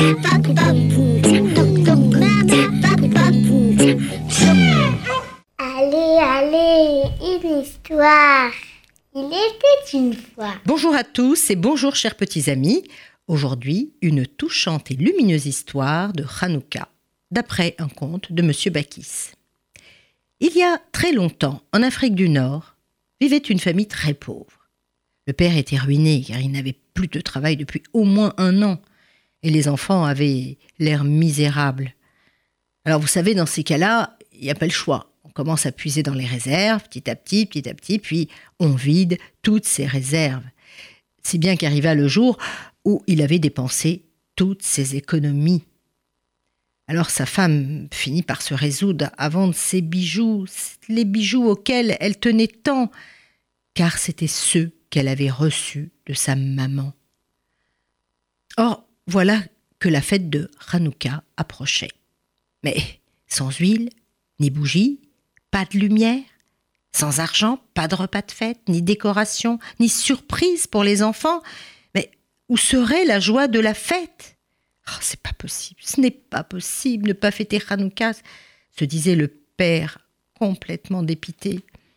Allez, une histoire. Il était une fois. Bonjour à tous et bonjour chers petits amis. Aujourd'hui, une touchante et lumineuse histoire de Hanouka, d'après un conte de Monsieur Bakis. Il y a très longtemps, en Afrique du Nord, vivait une famille très pauvre. Le père était ruiné car il n'avait plus de travail depuis au moins 1 an et les enfants avaient l'air misérables. Alors vous savez, dans ces cas-là, il n'y a pas le choix. On commence à puiser dans les réserves, petit à petit, puis on vide toutes ces réserves. Si bien qu'arriva le jour où il avait dépensé toutes ses économies. Alors sa femme finit par se résoudre à vendre ses bijoux, les bijoux auxquels elle tenait tant, car c'étaient ceux qu'elle avait reçus de sa maman. Or, voilà que la fête de Hanouka approchait. Mais sans huile, ni bougies, pas de lumière, sans argent, pas de repas de fête, ni décoration, ni surprise pour les enfants. Mais où serait la joie de la fête ? Oh, c'est pas possible, ce n'est pas possible de ne pas fêter Hanouka, se disait le père, complètement dépité.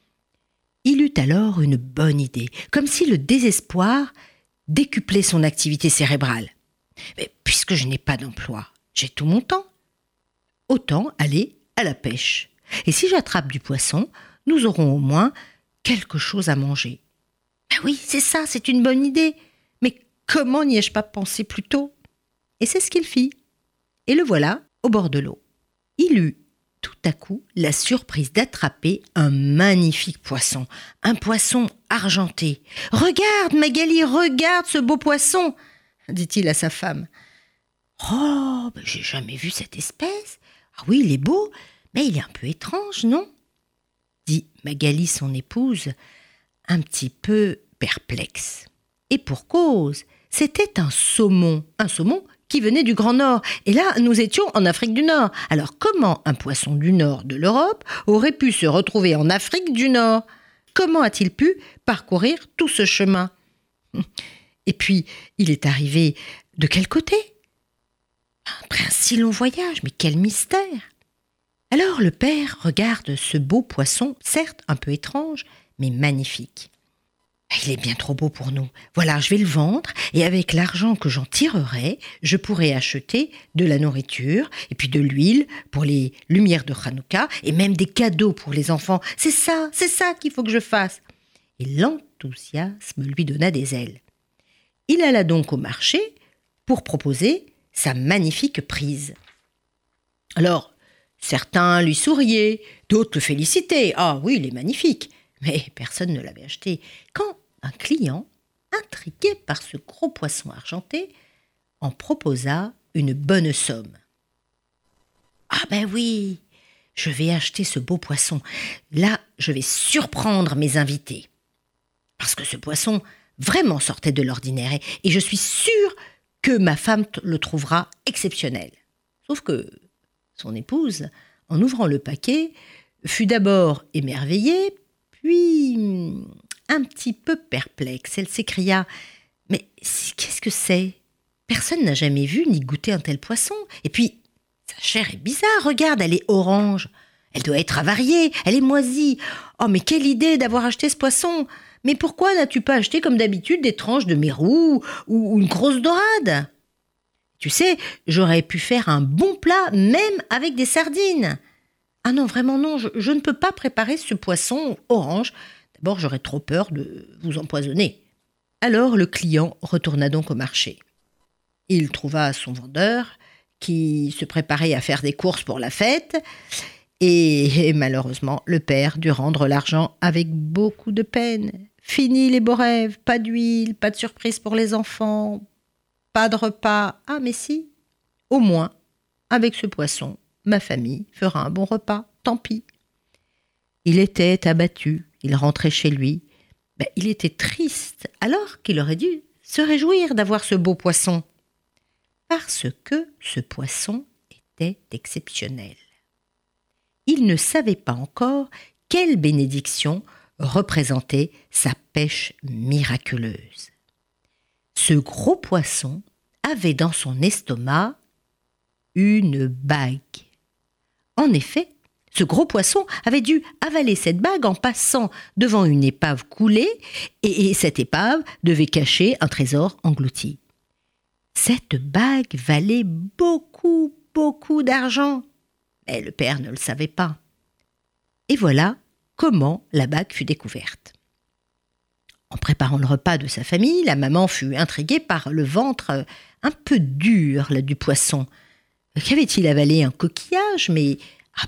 Il eut alors une bonne idée, comme si le désespoir décuplait son activité cérébrale. Mais puisque je n'ai pas d'emploi, j'ai tout mon temps. Autant aller à la pêche. Et si j'attrape du poisson, nous aurons au moins quelque chose à manger. Ben oui, c'est ça, c'est une bonne idée. Mais comment n'y ai-je pas pensé plus tôt ? Et c'est ce qu'il fit. Et le voilà au bord de l'eau. Il eut tout à coup la surprise d'attraper un magnifique poisson, un poisson argenté. « Regarde, Magali, regarde ce beau poisson !» dit-il à sa femme. « Oh, ben j'ai jamais vu cette espèce. Ah oui, il est beau, mais il est un peu étrange, non ?» dit Magali, son épouse, un petit peu perplexe. Et pour cause, c'était un saumon qui venait du Grand Nord. Et là, nous étions en Afrique du Nord. Alors comment un poisson du nord de l'Europe aurait pu se retrouver en Afrique du Nord ? Comment a-t-il pu parcourir tout ce chemin ? Et puis, il est arrivé de quel côté ? Après un si long voyage, mais quel mystère ! Alors le père regarde ce beau poisson, certes un peu étrange, mais magnifique. Il est bien trop beau pour nous. Voilà, je vais le vendre et avec l'argent que j'en tirerai, je pourrai acheter de la nourriture et puis de l'huile pour les lumières de Hanouka et même des cadeaux pour les enfants. C'est ça qu'il faut que je fasse. Et l'enthousiasme lui donna des ailes. Il alla donc au marché pour proposer sa magnifique prise. Alors, certains lui souriaient, d'autres le félicitaient. Ah oui, il est magnifique. Mais personne ne l'avait acheté. Quand un client, intrigué par ce gros poisson argenté, en proposa une bonne somme. « Ah ben oui, je vais acheter ce beau poisson. Là, je vais surprendre mes invités. Parce que ce poisson vraiment sortait de l'ordinaire et je suis sûre que ma femme le trouvera exceptionnel. » Sauf que son épouse, en ouvrant le paquet, fut d'abord émerveillée, puis un petit peu perplexe. Elle s'écria « Mais qu'est-ce que c'est ? Personne n'a jamais vu ni goûté un tel poisson. Et puis, sa chair est bizarre, regarde, elle est orange. Elle doit être avariée, elle est moisie. Oh, mais quelle idée d'avoir acheté ce poisson ! Mais pourquoi n'as-tu pas acheté comme d'habitude des tranches de mérou ou une grosse dorade ? Tu sais, j'aurais pu faire un bon plat, même avec des sardines. Ah non, vraiment non, je ne peux pas préparer ce poisson orange. D'abord, j'aurais trop peur de vous empoisonner. » Alors, le client retourna donc au marché. Il trouva son vendeur qui se préparait à faire des courses pour la fête. Et malheureusement, le père dut rendre l'argent avec beaucoup de peine. Fini les beaux rêves, pas d'huile, pas de surprise pour les enfants, pas de repas. Ah mais si, au moins, avec ce poisson, ma famille fera un bon repas, tant pis. Il était abattu, il rentrait chez lui. Il était triste, alors qu'il aurait dû se réjouir d'avoir ce beau poisson. Parce que ce poisson était exceptionnel. Il ne savait pas encore quelle bénédiction représentait sa pêche miraculeuse. Ce gros poisson avait dans son estomac une bague. En effet, ce gros poisson avait dû avaler cette bague en passant devant une épave coulée et cette épave devait cacher un trésor englouti. Cette bague valait beaucoup, beaucoup d'argent, mais le père ne le savait pas. Et voilà comment la bague fut découverte. En préparant le repas de sa famille, la maman fut intriguée par le ventre un peu dur du poisson. Qu'avait-il avalé? Un coquillage? Mais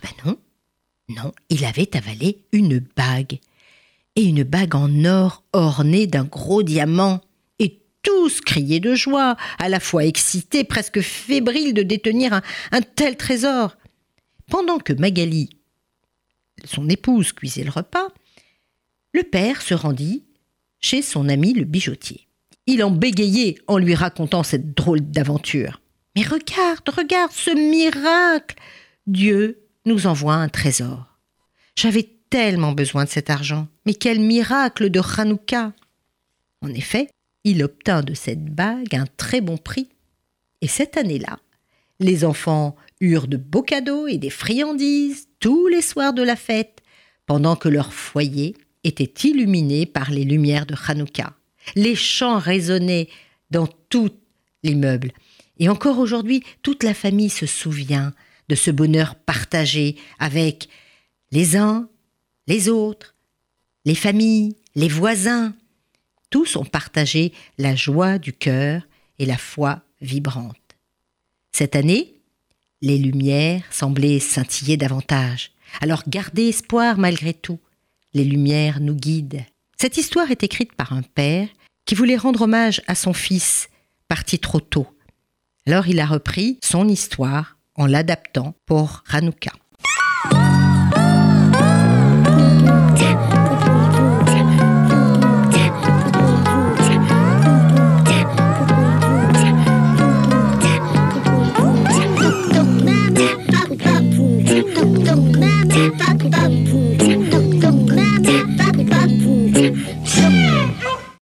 non, il avait avalé une bague. Et une bague en or ornée d'un gros diamant. Et tous criaient de joie, à la fois excités, presque fébriles de détenir un tel trésor. Pendant que Magali, son épouse, cuisait le repas, le père se rendit chez son ami le bijoutier. Il en bégayait en lui racontant cette drôle d'aventure. « Mais regarde ce miracle! Dieu nous envoie un trésor. J'avais tellement besoin de cet argent. Mais quel miracle de Hanouka !» En effet, il obtint de cette bague un très bon prix. Et cette année-là, les enfants eurent de beaux cadeaux et des friandises tous les soirs de la fête, pendant que leur foyer était illuminé par les lumières de Hanouka. Les chants résonnaient dans tout l'immeuble. Et encore aujourd'hui, toute la famille se souvient de ce bonheur partagé avec les uns, les autres, les familles, les voisins. Tous ont partagé la joie du cœur et la foi vibrante. Cette année, les lumières semblaient scintiller davantage. Alors gardez espoir malgré tout. Les lumières nous guident. Cette histoire est écrite par un père qui voulait rendre hommage à son fils, parti trop tôt. Alors il a repris son histoire en l'adaptant pour Hanouka.